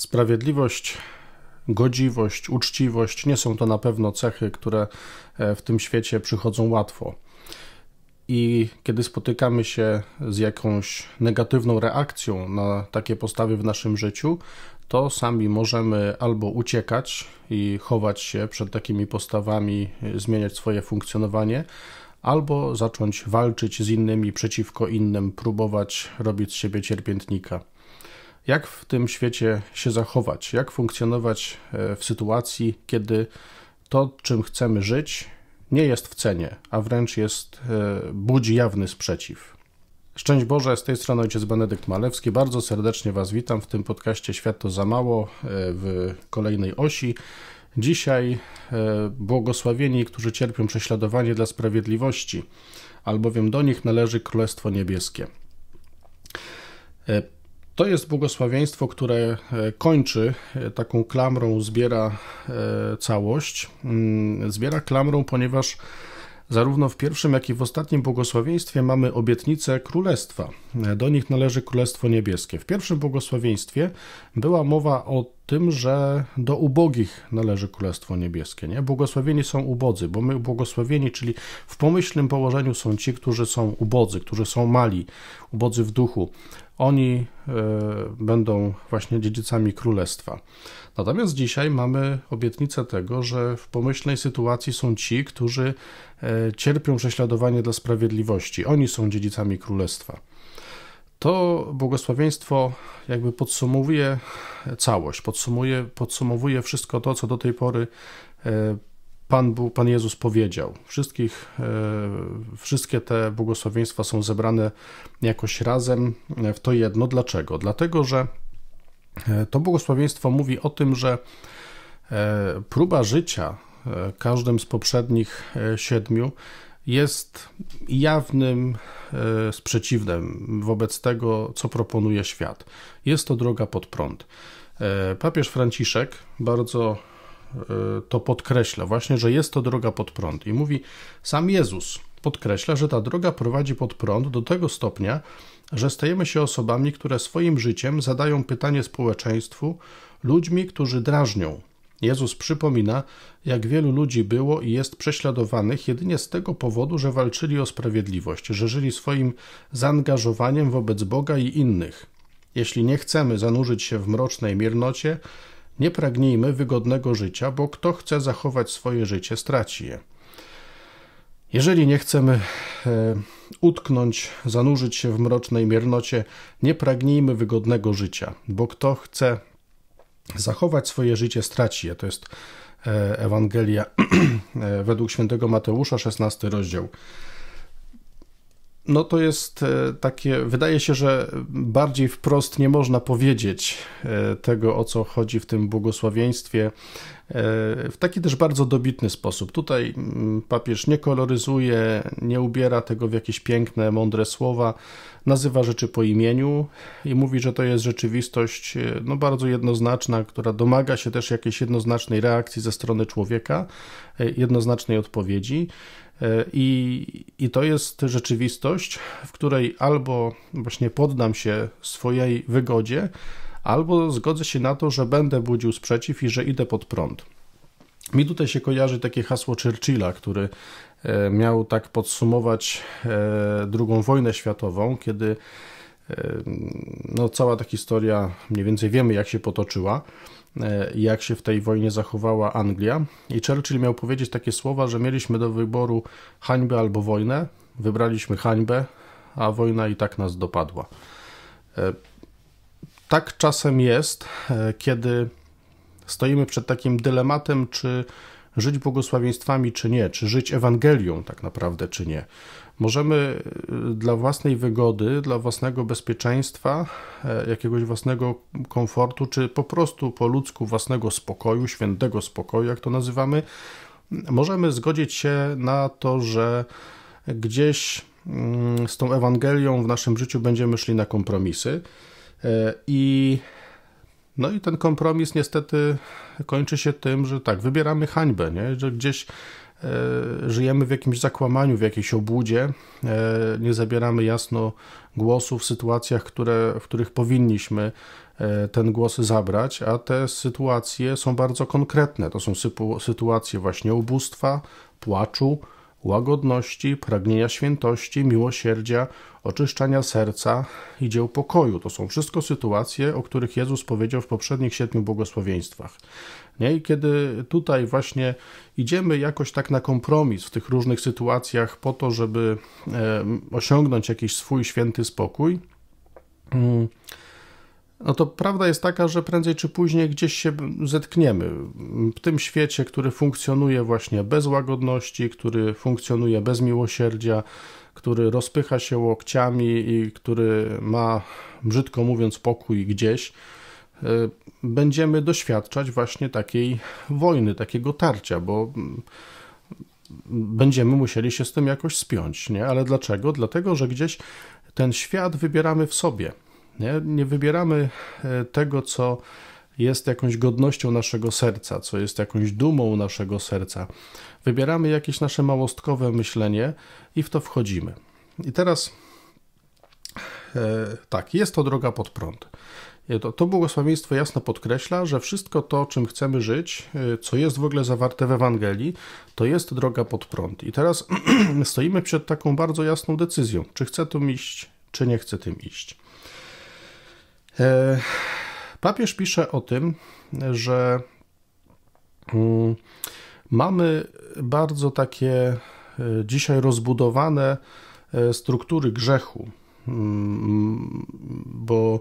Sprawiedliwość, godziwość, uczciwość nie są to na pewno cechy, które w tym świecie przychodzą łatwo. I kiedy spotykamy się z jakąś negatywną reakcją na takie postawy w naszym życiu, to sami możemy albo uciekać i chować się przed takimi postawami, zmieniać swoje funkcjonowanie, albo zacząć walczyć z innymi przeciwko innym, próbować robić z siebie cierpiętnika. Jak w tym świecie się zachować? Jak funkcjonować w sytuacji, kiedy to, czym chcemy żyć, nie jest w cenie, a wręcz budzi jawny sprzeciw? Szczęść Boże, z tej strony ojciec Benedykt Malewski. Bardzo serdecznie Was witam w tym podcaście Świat to za mało w kolejnej osi. Dzisiaj błogosławieni, którzy cierpią prześladowanie dla sprawiedliwości, albowiem do nich należy Królestwo Niebieskie. To jest błogosławieństwo, które kończy taką klamrą, zbiera całość. Zbiera klamrą, ponieważ zarówno w pierwszym, jak i w ostatnim błogosławieństwie mamy obietnicę Królestwa. Do nich należy Królestwo Niebieskie. W pierwszym błogosławieństwie była mowa o tym, że do ubogich należy Królestwo Niebieskie. Nie? Błogosławieni są ubodzy, bo my błogosławieni, czyli w pomyślnym położeniu są ci, którzy są ubodzy, którzy są mali, ubodzy w duchu. Oni będą właśnie dziedzicami Królestwa. Natomiast dzisiaj mamy obietnicę tego, że w pomyślnej sytuacji są ci, którzy cierpią prześladowanie dla sprawiedliwości. Oni są dziedzicami Królestwa. To błogosławieństwo jakby podsumowuje całość, podsumowuje wszystko to, co do tej pory Pan Jezus powiedział. Wszystkie te błogosławieństwa są zebrane jakoś razem w to jedno. Dlaczego? Dlatego, że to błogosławieństwo mówi o tym, że próba życia każdym z poprzednich 7 jest jawnym sprzeciwem wobec tego, co proponuje świat. Jest to droga pod prąd. Papież Franciszek bardzo to podkreśla właśnie, że jest to droga pod prąd i mówi, sam Jezus podkreśla, że ta droga prowadzi pod prąd do tego stopnia, że stajemy się osobami, które swoim życiem zadają pytanie społeczeństwu, ludźmi, którzy drażnią. Jezus przypomina, jak wielu ludzi było i jest prześladowanych jedynie z tego powodu, że walczyli o sprawiedliwość, że żyli swoim zaangażowaniem wobec Boga i innych. Jeśli nie chcemy zanurzyć się w mrocznej miernocie, nie pragnijmy wygodnego życia, bo kto chce zachować swoje życie, straci je. Jeżeli nie chcemy utknąć, zanurzyć się w mrocznej miernocie, nie pragnijmy wygodnego życia, bo kto chce zachować swoje życie, straci je. To jest Ewangelia według świętego Mateusza, 16 rozdział. No to jest takie, wydaje się, że bardziej wprost nie można powiedzieć tego, o co chodzi w tym błogosławieństwie, w taki też bardzo dobitny sposób. Tutaj papież nie koloryzuje, nie ubiera tego w jakieś piękne, mądre słowa, nazywa rzeczy po imieniu i mówi, że to jest rzeczywistość bardzo jednoznaczna, która domaga się też jakiejś jednoznacznej reakcji ze strony człowieka, jednoznacznej odpowiedzi. I to jest rzeczywistość, w której albo właśnie poddam się swojej wygodzie, albo zgodzę się na to, że będę budził sprzeciw i że idę pod prąd. Mi tutaj się kojarzy takie hasło Churchilla, który miał tak podsumować II wojnę światową, kiedy cała ta historia, mniej więcej wiemy, jak się potoczyła, jak się w tej wojnie zachowała Anglia. I Churchill miał powiedzieć takie słowa, że mieliśmy do wyboru hańbę albo wojnę. Wybraliśmy hańbę, a wojna i tak nas dopadła. Tak czasem jest, kiedy stoimy przed takim dylematem, czy żyć błogosławieństwami, czy nie, czy żyć Ewangelią tak naprawdę, czy nie. Możemy dla własnej wygody, dla własnego bezpieczeństwa, jakiegoś własnego komfortu, czy po prostu po ludzku własnego spokoju, świętego spokoju, jak to nazywamy, możemy zgodzić się na to, że gdzieś z tą Ewangelią w naszym życiu będziemy szli na kompromisy. I ten kompromis niestety kończy się tym, że tak, wybieramy hańbę, nie? Że gdzieś żyjemy w jakimś zakłamaniu, w jakiejś obłudzie, nie zabieramy jasno głosu w sytuacjach, w których powinniśmy ten głos zabrać, a te sytuacje są bardzo konkretne. To są sytuacje właśnie ubóstwa, płaczu, łagodności, pragnienia świętości, miłosierdzia, oczyszczania serca i dzieł pokoju. To są wszystko sytuacje, o których Jezus powiedział w poprzednich 7 błogosławieństwach. Nie? I kiedy tutaj właśnie idziemy jakoś tak na kompromis w tych różnych sytuacjach po to, żeby osiągnąć jakiś swój święty spokój, no to prawda jest taka, że prędzej czy później gdzieś się zetkniemy. W tym świecie, który funkcjonuje właśnie bez łagodności, który funkcjonuje bez miłosierdzia, który rozpycha się łokciami i który ma, brzydko mówiąc, pokój gdzieś, będziemy doświadczać właśnie takiej wojny, takiego tarcia, bo będziemy musieli się z tym jakoś spiąć, nie? Ale dlaczego? Dlatego, że gdzieś ten świat wybieramy w sobie. Nie wybieramy tego, co jest jakąś godnością naszego serca, co jest jakąś dumą naszego serca. Wybieramy jakieś nasze małostkowe myślenie i w to wchodzimy. I teraz tak, jest to droga pod prąd. To błogosławieństwo jasno podkreśla, że wszystko to, czym chcemy żyć, co jest w ogóle zawarte w Ewangelii, to jest droga pod prąd. I teraz stoimy przed taką bardzo jasną decyzją, czy chcę tym iść, czy nie chcę tym iść. Papież pisze o tym, że mamy bardzo takie dzisiaj rozbudowane struktury grzechu, bo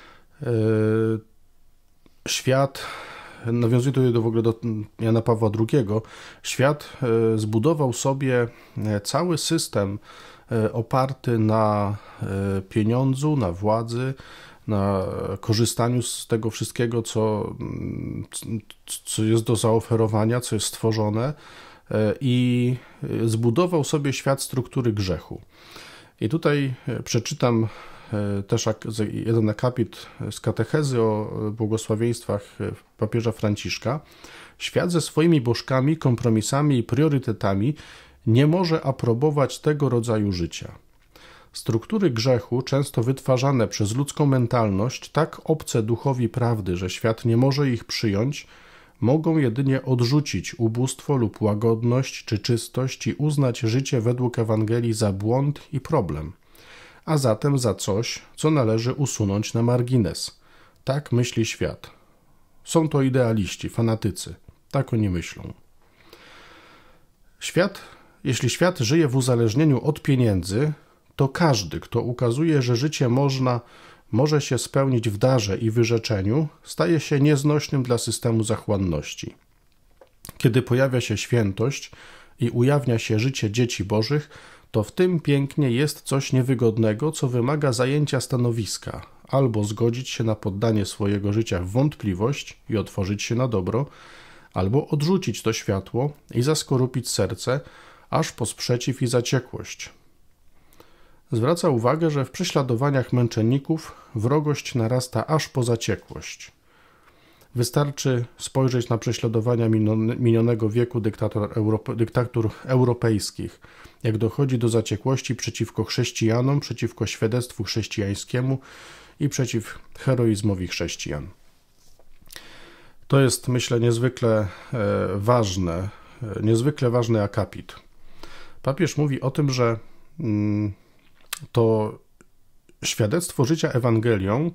świat, nawiązuje to w ogóle do Jana Pawła II, świat zbudował sobie cały system oparty na pieniądzu, na władzy, na korzystaniu z tego wszystkiego, co jest do zaoferowania, co jest stworzone, i zbudował sobie świat struktury grzechu. I tutaj przeczytam też jeden akapit z katechezy o błogosławieństwach papieża Franciszka. Świat ze swoimi bożkami, kompromisami i priorytetami nie może aprobować tego rodzaju życia. Struktury grzechu, często wytwarzane przez ludzką mentalność, tak obce duchowi prawdy, że świat nie może ich przyjąć, mogą jedynie odrzucić ubóstwo lub łagodność czy czystość i uznać życie według Ewangelii za błąd i problem, a zatem za coś, co należy usunąć na margines. Tak myśli świat. Są to idealiści, fanatycy. Tak oni myślą. Jeśli świat żyje w uzależnieniu od pieniędzy, to każdy, kto ukazuje, że życie może się spełnić w darze i wyrzeczeniu, staje się nieznośnym dla systemu zachłanności. Kiedy pojawia się świętość i ujawnia się życie dzieci bożych, to w tym pięknie jest coś niewygodnego, co wymaga zajęcia stanowiska, albo zgodzić się na poddanie swojego życia w wątpliwość i otworzyć się na dobro, albo odrzucić to światło i zaskorupić serce, aż po sprzeciw i zaciekłość. Zwraca uwagę, że w prześladowaniach męczenników wrogość narasta aż po zaciekłość. Wystarczy spojrzeć na prześladowania minionego wieku dyktatur europejskich, jak dochodzi do zaciekłości przeciwko chrześcijanom, przeciwko świadectwu chrześcijańskiemu i przeciw heroizmowi chrześcijan. To jest, myślę, niezwykle ważny akapit. Papież mówi o tym, że to świadectwo życia Ewangelią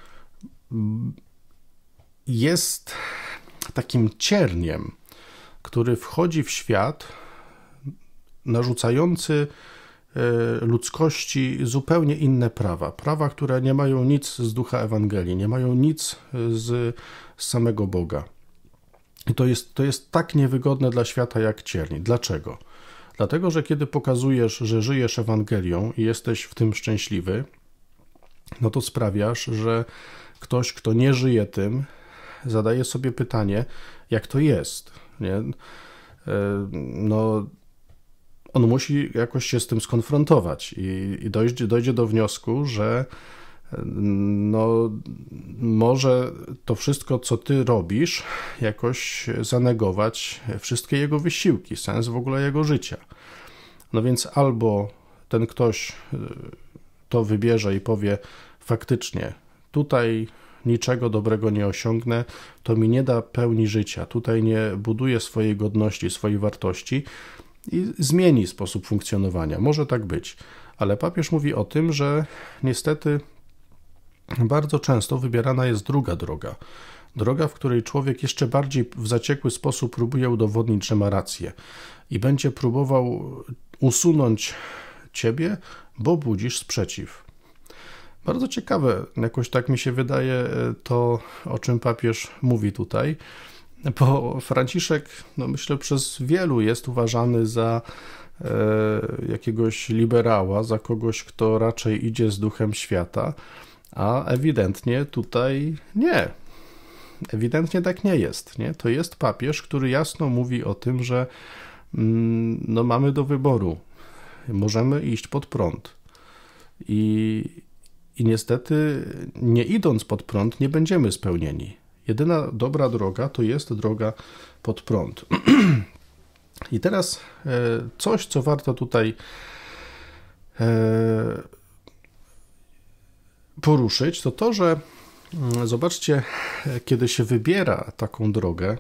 jest takim cierniem, który wchodzi w świat, narzucający ludzkości zupełnie inne prawa. Prawa, które nie mają nic z ducha Ewangelii, nie mają nic z samego Boga. I to jest tak niewygodne dla świata jak cierń. Dlaczego? Dlatego, że kiedy pokazujesz, że żyjesz Ewangelią i jesteś w tym szczęśliwy, no to sprawiasz, że ktoś, kto nie żyje tym, zadaje sobie pytanie, jak to jest, nie? No, on musi jakoś się z tym skonfrontować i dojdzie do wniosku, że no, może to wszystko, co ty robisz, jakoś zanegować wszystkie jego wysiłki, sens w ogóle jego życia. No więc albo ten ktoś to wybierze i powie, faktycznie, tutaj niczego dobrego nie osiągnę, to mi nie da pełni życia, tutaj nie buduję swojej godności, swojej wartości i zmieni sposób funkcjonowania. Może tak być, ale papież mówi o tym, że niestety bardzo często wybierana jest druga droga. Droga, w której człowiek jeszcze bardziej w zaciekły sposób próbuje udowodnić, że ma rację i będzie próbował usunąć ciebie, bo budzisz sprzeciw. Bardzo ciekawe, jakoś tak mi się wydaje to, o czym papież mówi tutaj, bo Franciszek, myślę, przez wielu jest uważany za jakiegoś liberała, za kogoś, kto raczej idzie z duchem świata, a ewidentnie tutaj nie. Ewidentnie tak nie jest. Nie? To jest papież, który jasno mówi o tym, że mamy do wyboru. Możemy iść pod prąd. I niestety, nie idąc pod prąd, nie będziemy spełnieni. Jedyna dobra droga to jest droga pod prąd. I teraz coś, co warto tutaj poruszyć, to to, że zobaczcie, kiedy się wybiera taką drogę,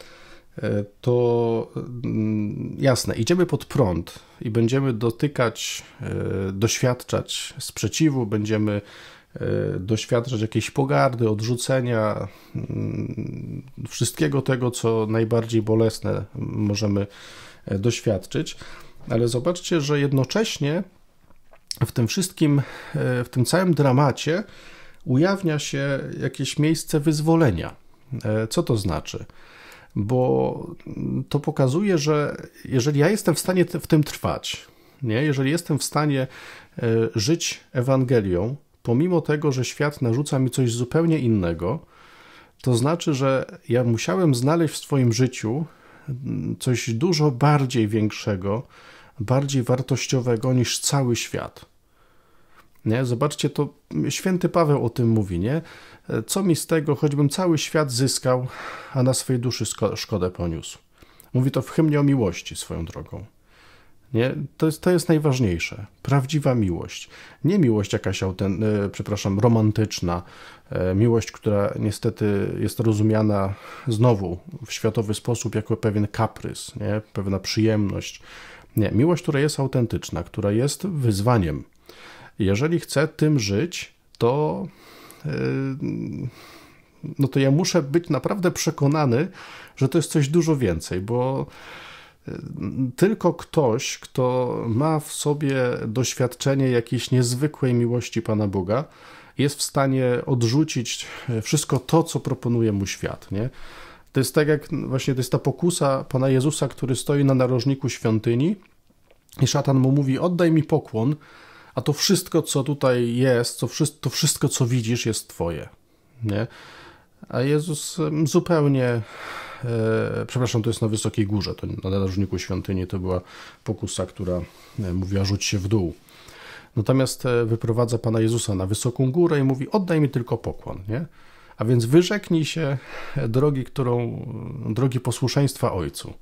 to jasne, idziemy pod prąd i będziemy dotykać, doświadczać sprzeciwu, będziemy doświadczać jakiejś pogardy, odrzucenia, wszystkiego tego, co najbardziej bolesne możemy doświadczyć, ale zobaczcie, że jednocześnie w tym wszystkim, w tym całym dramacie ujawnia się jakieś miejsce wyzwolenia. Co to znaczy? Bo to pokazuje, że jeżeli ja jestem w stanie w tym trwać, nie? Jeżeli jestem w stanie żyć Ewangelią, pomimo tego, że świat narzuca mi coś zupełnie innego, to znaczy, że ja musiałem znaleźć w swoim życiu coś dużo bardziej większego, bardziej wartościowego niż cały świat. Nie? Zobaczcie, to święty Paweł o tym mówi, nie? Co mi z tego, choćbym cały świat zyskał, a na swojej duszy szkodę poniósł. Mówi to w hymnie o miłości swoją drogą. Nie? To jest najważniejsze. Prawdziwa miłość. Nie miłość jakaś romantyczna. Miłość, która niestety jest rozumiana znowu w światowy sposób jako pewien kaprys, nie? Pewna przyjemność. Nie, miłość, która jest autentyczna, która jest wyzwaniem. Jeżeli chcę tym żyć, to ja muszę być naprawdę przekonany, że to jest coś dużo więcej, bo tylko ktoś, kto ma w sobie doświadczenie jakiejś niezwykłej miłości Pana Boga, jest w stanie odrzucić wszystko to, co proponuje mu świat, nie? To jest tak jak właśnie to jest ta pokusa Pana Jezusa, który stoi na narożniku świątyni i szatan mu mówi: oddaj mi pokłon, a to wszystko, co tutaj jest, to wszystko, co widzisz, jest twoje, nie? A Jezus zupełnie, to jest na Wysokiej Górze, to na narożniku świątyni to była pokusa, która mówiła: rzuć się w dół. Natomiast wyprowadza Pana Jezusa na Wysoką Górę i mówi: oddaj mi tylko pokłon, nie? A więc wyrzeknij się drogi posłuszeństwa Ojcu.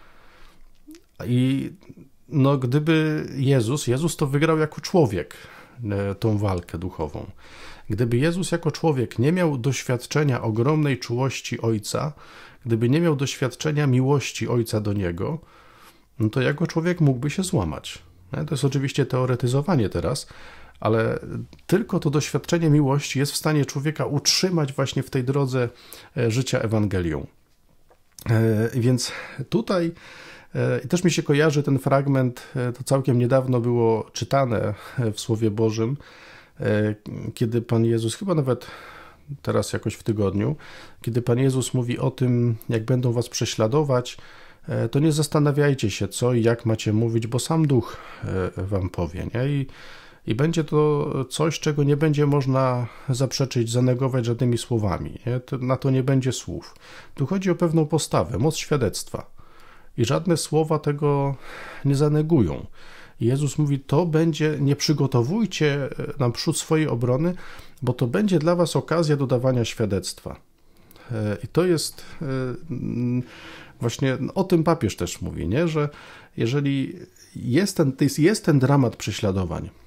I gdyby Jezus to wygrał jako człowiek tą walkę duchową. Gdyby Jezus jako człowiek nie miał doświadczenia ogromnej czułości Ojca, gdyby nie miał doświadczenia miłości Ojca do Niego, to jako człowiek mógłby się złamać. To jest oczywiście teoretyzowanie teraz, ale tylko to doświadczenie miłości jest w stanie człowieka utrzymać właśnie w tej drodze życia Ewangelią. Więc tutaj i też mi się kojarzy ten fragment, to całkiem niedawno było czytane w Słowie Bożym, kiedy Pan Jezus, chyba nawet teraz jakoś w tygodniu, kiedy Pan Jezus mówi o tym, jak będą was prześladować, to nie zastanawiajcie się, co i jak macie mówić, bo sam Duch wam powie, nie? I będzie to coś, czego nie będzie można zaprzeczyć, zanegować żadnymi słowami, nie? Na to nie będzie słów. Tu chodzi o pewną postawę, moc świadectwa. I żadne słowa tego nie zanegują. Jezus mówi: to będzie, nie przygotowujcie naprzód swojej obrony, bo to będzie dla was okazja do dawania świadectwa. I to jest właśnie, o tym papież też mówi, nie? Że jeżeli jest ten dramat prześladowań,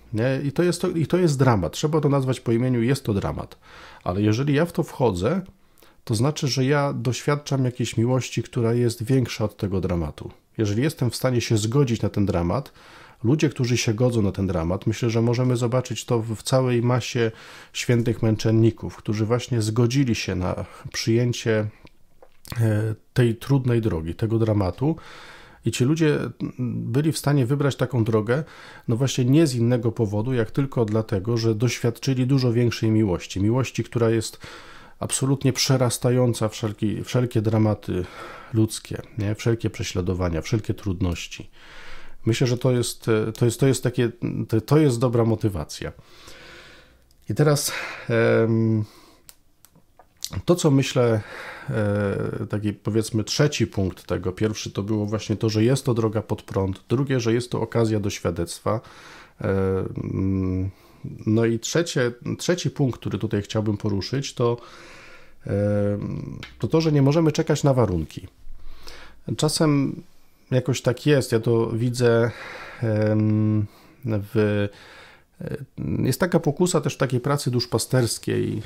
Nie? I to jest dramat. Trzeba to nazwać po imieniu, jest to dramat. Ale jeżeli ja w to wchodzę, to znaczy, że ja doświadczam jakiejś miłości, która jest większa od tego dramatu. Jeżeli jestem w stanie się zgodzić na ten dramat, ludzie, którzy się godzą na ten dramat, myślę, że możemy zobaczyć to w całej masie świętych męczenników, którzy właśnie zgodzili się na przyjęcie tej trudnej drogi, tego dramatu. I ci ludzie byli w stanie wybrać taką drogę, no właśnie nie z innego powodu, jak tylko dlatego, że doświadczyli dużo większej miłości. Miłości, która jest absolutnie przerastająca wszelkie dramaty ludzkie, nie? Wszelkie prześladowania, wszelkie trudności. Myślę, że to jest dobra motywacja. I teraz to, co myślę, taki powiedzmy trzeci punkt tego. Pierwszy to było właśnie to, że jest to droga pod prąd. Drugie, że jest to okazja do świadectwa. No i trzeci punkt, który tutaj chciałbym poruszyć, to że nie możemy czekać na warunki. Czasem jakoś tak jest, ja to widzę jest taka pokusa też w takiej pracy duszpasterskiej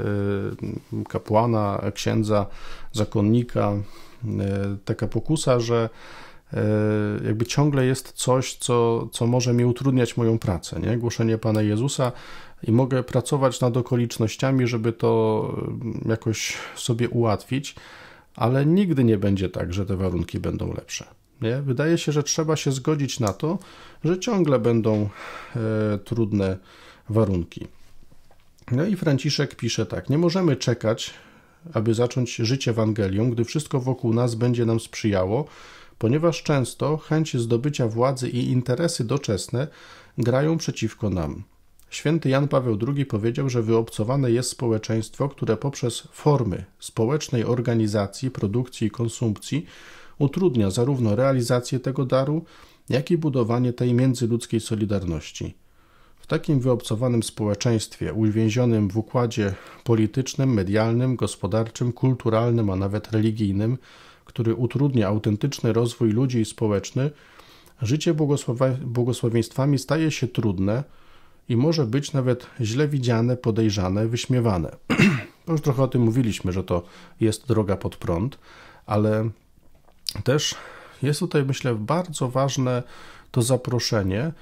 kapłana, księdza, zakonnika, taka pokusa, że jakby ciągle jest coś, co może mi utrudniać moją pracę, nie? Głoszenie Pana Jezusa i mogę pracować nad okolicznościami, żeby to jakoś sobie ułatwić, ale nigdy nie będzie tak, że te warunki będą lepsze. Nie? Wydaje się, że trzeba się zgodzić na to, że ciągle będą trudne warunki. No i Franciszek pisze tak: nie możemy czekać, aby zacząć żyć Ewangelią, gdy wszystko wokół nas będzie nam sprzyjało, ponieważ często chęć zdobycia władzy i interesy doczesne grają przeciwko nam. Święty Jan Paweł II powiedział, że wyobcowane jest społeczeństwo, które poprzez formy społecznej organizacji, produkcji i konsumpcji utrudnia zarówno realizację tego daru, jak i budowanie tej międzyludzkiej solidarności. W takim wyobcowanym społeczeństwie, uwięzionym w układzie politycznym, medialnym, gospodarczym, kulturalnym, a nawet religijnym, który utrudnia autentyczny rozwój ludzi i społeczny, życie błogosławieństwami staje się trudne i może być nawet źle widziane, podejrzane, wyśmiewane. Już trochę o tym mówiliśmy, że to jest droga pod prąd, ale też jest tutaj, myślę, bardzo ważne to zaproszenie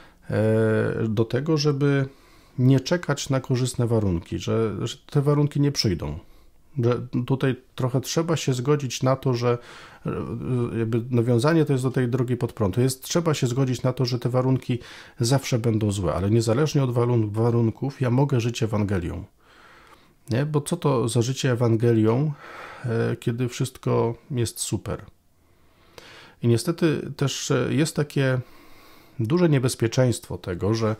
do tego, żeby nie czekać na korzystne warunki, że te warunki nie przyjdą. Że tutaj trochę trzeba się zgodzić na to, że jakby nawiązanie to jest do tej drogi pod prąd. Trzeba się zgodzić na to, że te warunki zawsze będą złe, ale niezależnie od warunków ja mogę żyć Ewangelią. Nie? Bo co to za życie Ewangelią, kiedy wszystko jest super? I niestety też jest takie duże niebezpieczeństwo tego, że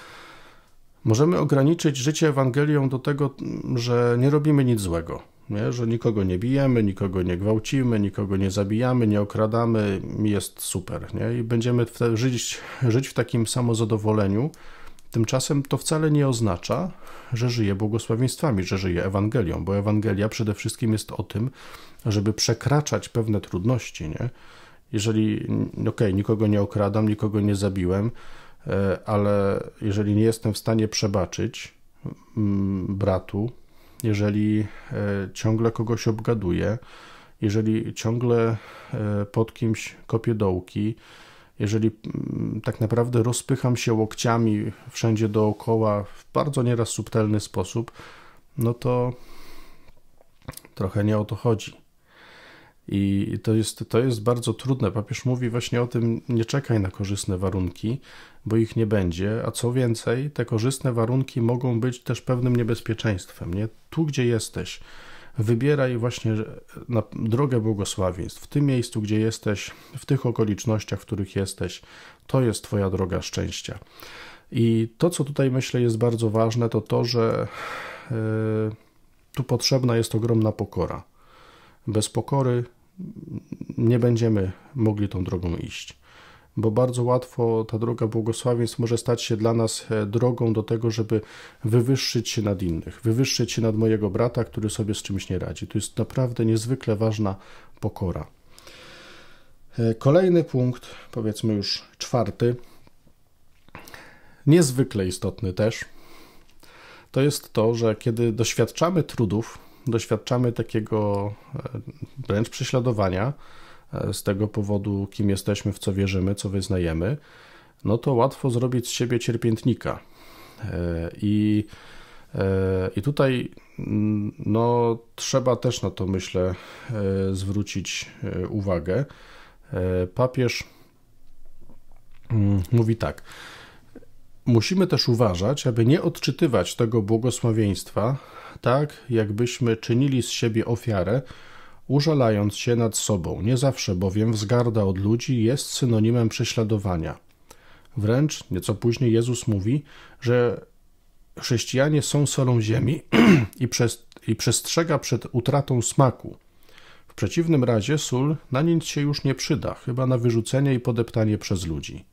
możemy ograniczyć życie Ewangelią do tego, że nie robimy nic złego, nie? Że nikogo nie bijemy, nikogo nie gwałcimy, nikogo nie zabijamy, nie okradamy, jest super, nie? I będziemy żyć w takim samozadowoleniu. Tymczasem to wcale nie oznacza, że żyję błogosławieństwami, że żyję Ewangelią, bo Ewangelia przede wszystkim jest o tym, żeby przekraczać pewne trudności, nie? Jeżeli, nikogo nie okradam, nikogo nie zabiłem, ale jeżeli nie jestem w stanie przebaczyć bratu, jeżeli ciągle kogoś obgaduję, jeżeli ciągle pod kimś kopię dołki, jeżeli tak naprawdę rozpycham się łokciami wszędzie dookoła w bardzo nieraz subtelny sposób, no to trochę nie o to chodzi. I to jest bardzo trudne. Papież mówi właśnie o tym: nie czekaj na korzystne warunki, bo ich nie będzie, a co więcej, te korzystne warunki mogą być też pewnym niebezpieczeństwem. Nie? Tu, gdzie jesteś, wybieraj właśnie na drogę błogosławieństw. W tym miejscu, gdzie jesteś, w tych okolicznościach, w których jesteś, to jest twoja droga szczęścia. I to, co tutaj myślę jest bardzo ważne, to to, że tu potrzebna jest ogromna pokora. Bez pokory nie będziemy mogli tą drogą iść, bo bardzo łatwo ta droga błogosławieństw może stać się dla nas drogą do tego, żeby wywyższyć się nad innych, wywyższyć się nad mojego brata, który sobie z czymś nie radzi. To jest naprawdę niezwykle ważna pokora. Kolejny punkt, powiedzmy już czwarty. niezwykle istotny też, to jest to, że kiedy doświadczamy trudów, doświadczamy takiego wręcz prześladowania z tego powodu, kim jesteśmy, w co wierzymy, co wyznajemy, no to łatwo zrobić z siebie cierpiętnika. I tutaj no, trzeba też na to, myślę, zwrócić uwagę. Papież mówi tak: musimy też uważać, aby nie odczytywać tego błogosławieństwa tak, jakbyśmy czynili z siebie ofiarę, użalając się nad sobą. Nie zawsze bowiem wzgarda od ludzi jest synonimem prześladowania. Wręcz nieco później Jezus mówi, że chrześcijanie są solą ziemi i przestrzega przed utratą smaku. W przeciwnym razie sól na nic się już nie przyda, chyba na wyrzucenie i podeptanie przez ludzi.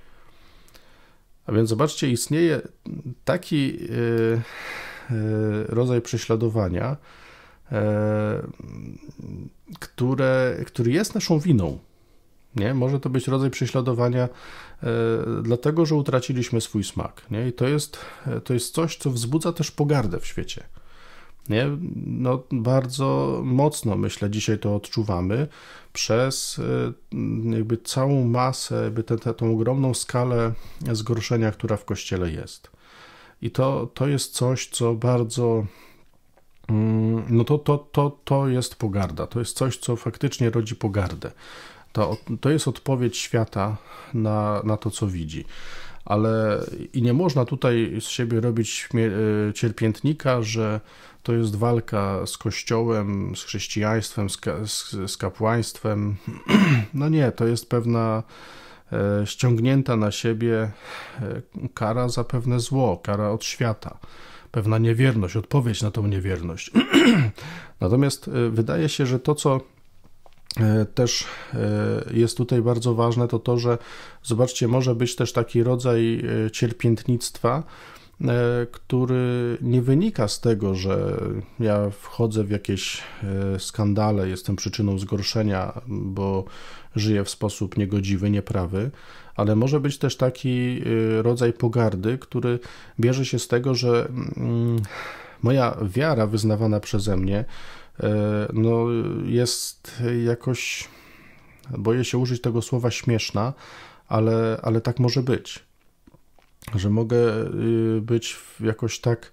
A więc zobaczcie, istnieje taki rodzaj prześladowania, który jest naszą winą. Nie? Może to być rodzaj prześladowania dlatego, że utraciliśmy swój smak. Nie? I to jest coś, co wzbudza też pogardę w świecie. Nie? No, bardzo mocno, myślę, dzisiaj to odczuwamy przez jakby całą masę, jakby tą ogromną skalę zgorszenia, która w Kościele jest. I to jest coś, co bardzo... No to jest pogarda. To jest coś, co faktycznie rodzi pogardę. To jest odpowiedź świata na to, co widzi. Ale i nie można tutaj z siebie robić cierpiętnika, że to jest walka z Kościołem, z chrześcijaństwem, z kapłaństwem. No nie, to jest pewna ściągnięta na siebie kara za pewne zło, kara od świata, pewna niewierność, odpowiedź na tą niewierność. Natomiast wydaje się, że to, co też jest tutaj bardzo ważne, to, że zobaczcie, może być też taki rodzaj cierpiętnictwa, który nie wynika z tego, że ja wchodzę w jakieś skandale, jestem przyczyną zgorszenia, bo żyję w sposób niegodziwy, nieprawy, ale może być też taki rodzaj pogardy, który bierze się z tego, że moja wiara wyznawana przeze mnie no jest jakoś, boję się użyć tego słowa, śmieszna, ale tak może być, że mogę być jakoś tak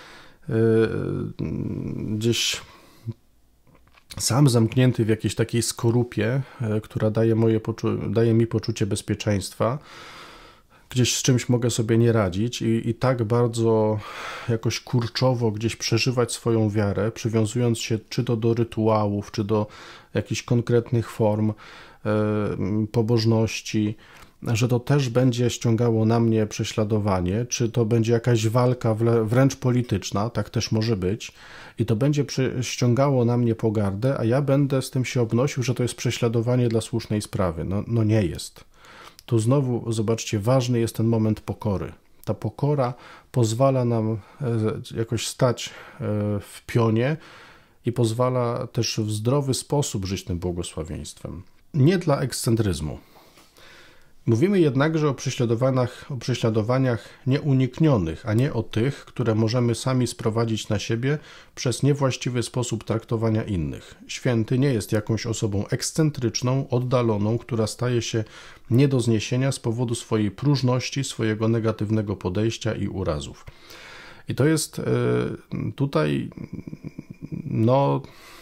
gdzieś sam zamknięty w jakiejś takiej skorupie, która daje mi poczucie bezpieczeństwa. Gdzieś z czymś mogę sobie nie radzić i tak bardzo jakoś kurczowo gdzieś przeżywać swoją wiarę, przywiązując się czy to do rytuałów, czy do jakichś konkretnych form pobożności, że to też będzie ściągało na mnie prześladowanie, czy to będzie jakaś walka wręcz polityczna, tak też może być, i to będzie ściągało na mnie pogardę, a ja będę z tym się obnosił, że to jest prześladowanie dla słusznej sprawy. No nie jest. Tu znowu, zobaczcie, ważny jest ten moment pokory. Ta pokora pozwala nam jakoś stać w pionie i pozwala też w zdrowy sposób żyć tym błogosławieństwem. Nie dla ekscentryzmu. Mówimy jednakże o prześladowaniach nieuniknionych, a nie o tych, które możemy sami sprowadzić na siebie przez niewłaściwy sposób traktowania innych. Święty nie jest jakąś osobą ekscentryczną, oddaloną, która staje się nie do zniesienia z powodu swojej próżności, swojego negatywnego podejścia i urazów. I to jest tutaj, no,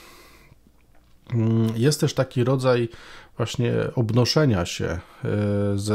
jest też taki rodzaj właśnie obnoszenia się ze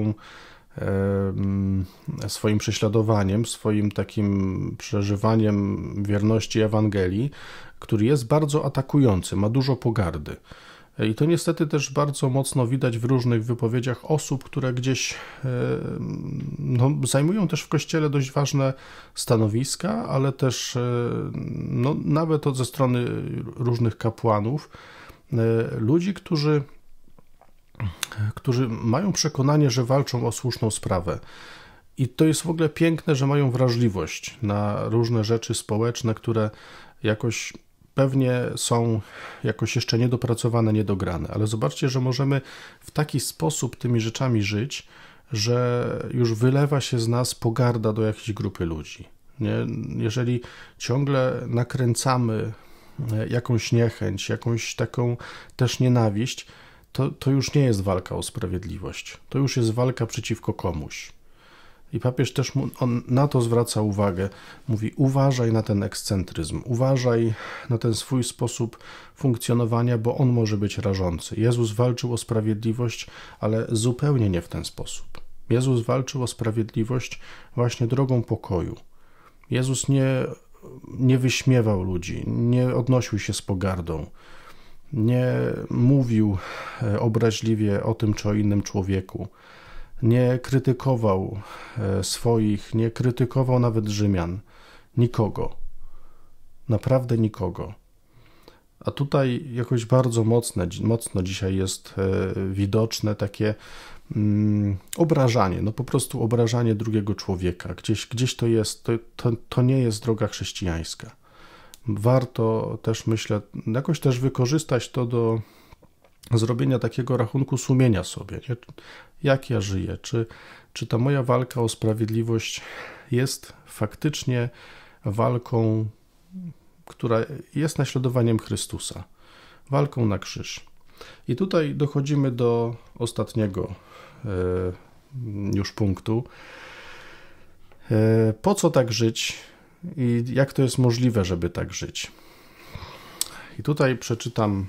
swoim prześladowaniem, swoim takim przeżywaniem wierności Ewangelii, który jest bardzo atakujący, ma dużo pogardy. I to niestety też bardzo mocno widać w różnych wypowiedziach osób, które gdzieś no, zajmują też w Kościele dość ważne stanowiska, ale też no, nawet ze strony różnych kapłanów, ludzi, którzy mają przekonanie, że walczą o słuszną sprawę. I to jest w ogóle piękne, że mają wrażliwość na różne rzeczy społeczne, które jakoś pewnie są jakoś jeszcze niedopracowane, niedograne. Ale zobaczcie, że możemy w taki sposób tymi rzeczami żyć, że już wylewa się z nas pogarda do jakiejś grupy ludzi. Nie? Jeżeli ciągle nakręcamy jakąś niechęć, jakąś taką też nienawiść, to już nie jest walka o sprawiedliwość. To już jest walka przeciwko komuś. I papież też on na to zwraca uwagę. Mówi, uważaj na ten ekscentryzm, uważaj na ten swój sposób funkcjonowania, bo on może być rażący. Jezus walczył o sprawiedliwość, ale zupełnie nie w ten sposób. Jezus walczył o sprawiedliwość właśnie drogą pokoju. Jezus nie wyśmiewał ludzi, nie odnosił się z pogardą, nie mówił obraźliwie o tym czy o innym człowieku, nie krytykował swoich, nie krytykował nawet Rzymian, nikogo, naprawdę nikogo. A tutaj jakoś bardzo mocno dzisiaj jest widoczne takie obrażanie, no po prostu obrażanie drugiego człowieka. Gdzieś to jest, to nie jest droga chrześcijańska. Warto też, myślę, jakoś też wykorzystać to do zrobienia takiego rachunku sumienia sobie. Nie? Jak ja żyję? Czy ta moja walka o sprawiedliwość jest faktycznie walką, która jest naśladowaniem Chrystusa, walką na krzyż? I tutaj dochodzimy do ostatniego już punktu. Po co tak żyć i jak to jest możliwe, żeby tak żyć? I tutaj przeczytam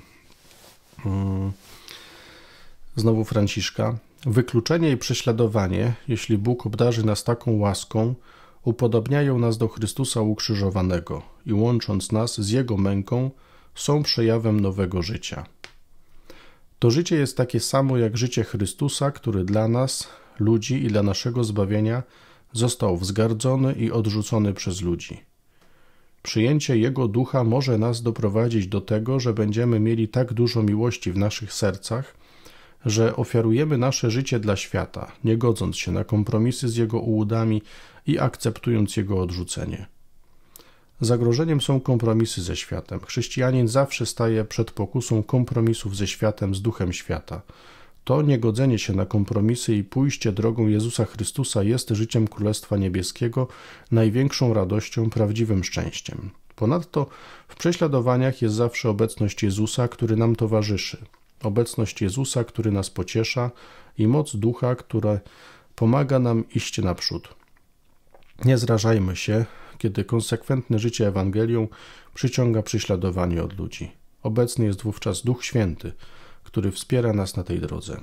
znowu Franciszka. Wykluczenie i prześladowanie, jeśli Bóg obdarzy nas taką łaską, upodobniają nas do Chrystusa ukrzyżowanego i łącząc nas z Jego męką, są przejawem nowego życia. To życie jest takie samo jak życie Chrystusa, który dla nas, ludzi i dla naszego zbawienia został wzgardzony i odrzucony przez ludzi. Przyjęcie Jego ducha może nas doprowadzić do tego, że będziemy mieli tak dużo miłości w naszych sercach, że ofiarujemy nasze życie dla świata, nie godząc się na kompromisy z Jego ułudami i akceptując Jego odrzucenie. Zagrożeniem są kompromisy ze światem. Chrześcijanin zawsze staje przed pokusą kompromisów ze światem, z duchem świata. To niegodzenie się na kompromisy i pójście drogą Jezusa Chrystusa jest życiem Królestwa Niebieskiego, największą radością, prawdziwym szczęściem. Ponadto w prześladowaniach jest zawsze obecność Jezusa, który nam towarzyszy. Obecność Jezusa, który nas pociesza i moc Ducha, która pomaga nam iść naprzód. Nie zrażajmy się, kiedy konsekwentne życie Ewangelią przyciąga prześladowanie od ludzi. Obecny jest wówczas Duch Święty, który wspiera nas na tej drodze.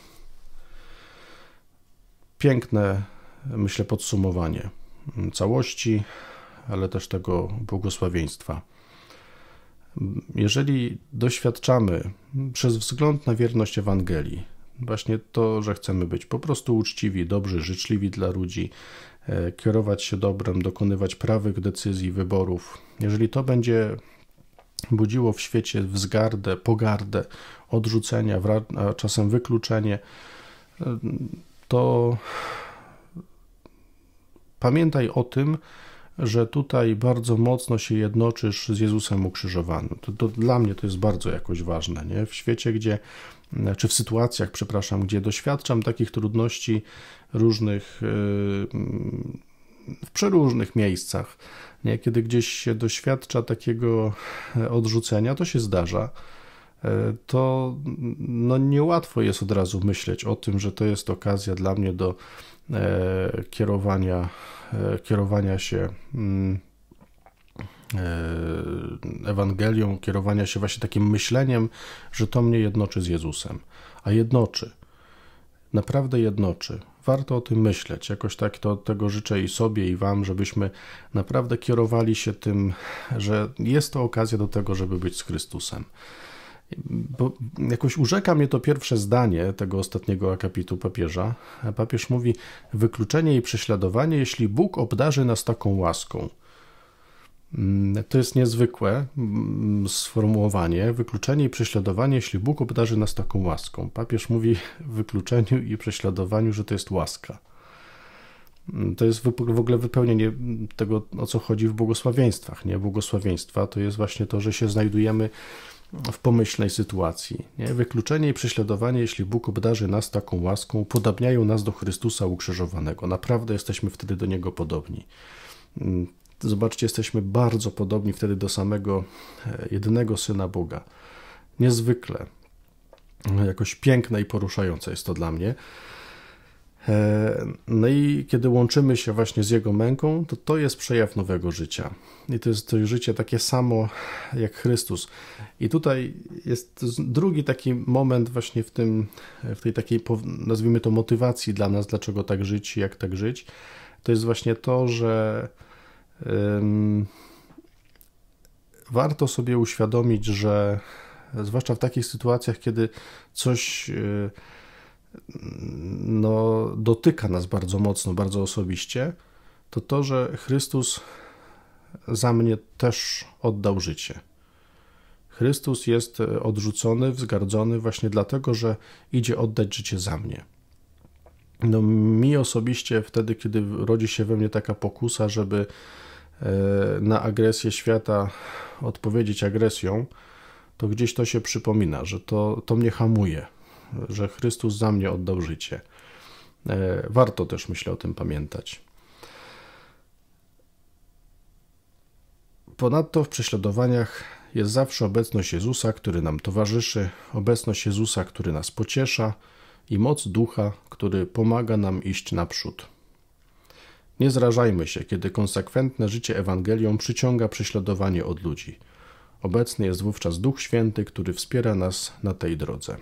Piękne, myślę, podsumowanie całości, ale też tego błogosławieństwa. Jeżeli doświadczamy przez wzgląd na wierność Ewangelii, właśnie to, że chcemy być po prostu uczciwi, dobrzy, życzliwi dla ludzi, kierować się dobrem, dokonywać prawych decyzji, wyborów, jeżeli to będzie budziło w świecie wzgardę, pogardę, odrzucenia, a czasem wykluczenie, to pamiętaj o tym, że tutaj bardzo mocno się jednoczysz z Jezusem ukrzyżowanym. To dla mnie to jest bardzo jakoś ważne, nie? W świecie, czy w sytuacjach, gdzie doświadczam takich trudności różnych, w przeróżnych miejscach, nie? Kiedy gdzieś się doświadcza takiego odrzucenia, to się zdarza, to niełatwo jest od razu myśleć o tym, że to jest okazja dla mnie do kierowania się Ewangelią, kierowania się właśnie takim myśleniem, że to mnie jednoczy z Jezusem. A jednoczy, naprawdę jednoczy. Warto o tym myśleć. Jakoś tak tego życzę i sobie, i wam, żebyśmy naprawdę kierowali się tym, że jest to okazja do tego, żeby być z Chrystusem. Bo jakoś urzeka mnie to pierwsze zdanie tego ostatniego akapitu papieża. Papież mówi: wykluczenie i prześladowanie, jeśli Bóg obdarzy nas taką łaską. To jest niezwykłe sformułowanie. Wykluczenie i prześladowanie, jeśli Bóg obdarzy nas taką łaską. Papież mówi w wykluczeniu i prześladowaniu, że to jest łaska. To jest w ogóle wypełnienie tego, o co chodzi w błogosławieństwach. Nie? Błogosławieństwa to jest właśnie to, że się znajdujemy w pomyślnej sytuacji. Nie? Wykluczenie i prześladowanie, jeśli Bóg obdarzy nas taką łaską, podobniają nas do Chrystusa ukrzyżowanego. Naprawdę jesteśmy wtedy do Niego podobni. Zobaczcie, jesteśmy bardzo podobni wtedy do samego jedynego Syna Boga. Niezwykle. Jakoś piękne i poruszające jest to dla mnie. No i kiedy łączymy się właśnie z Jego męką, to jest przejaw nowego życia. I to jest to życie takie samo jak Chrystus. I tutaj jest drugi taki moment właśnie w tej takiej, nazwijmy to, motywacji dla nas, dlaczego tak żyć i jak tak żyć. To jest właśnie to, że warto sobie uświadomić, że zwłaszcza w takich sytuacjach, kiedy coś dotyka nas bardzo mocno, bardzo osobiście, to, że Chrystus za mnie też oddał życie. Chrystus jest odrzucony, wzgardzony właśnie dlatego, że idzie oddać życie za mnie. Mi osobiście wtedy, kiedy rodzi się we mnie taka pokusa, żeby na agresję świata odpowiedzieć agresją, to gdzieś to się przypomina, że to mnie hamuje, że Chrystus za mnie oddał życie. Warto też, myślę, o tym pamiętać. Ponadto w prześladowaniach jest zawsze obecność Jezusa, który nam towarzyszy, obecność Jezusa, który nas pociesza i moc Ducha, który pomaga nam iść naprzód. Nie zrażajmy się, kiedy konsekwentne życie Ewangelią przyciąga prześladowanie od ludzi. Obecny jest wówczas Duch Święty, który wspiera nas na tej drodze.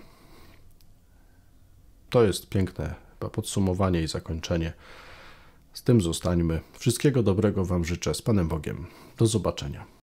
To jest piękne podsumowanie i zakończenie. Z tym zostańmy. Wszystkiego dobrego Wam życzę. Z Panem Bogiem. Do zobaczenia.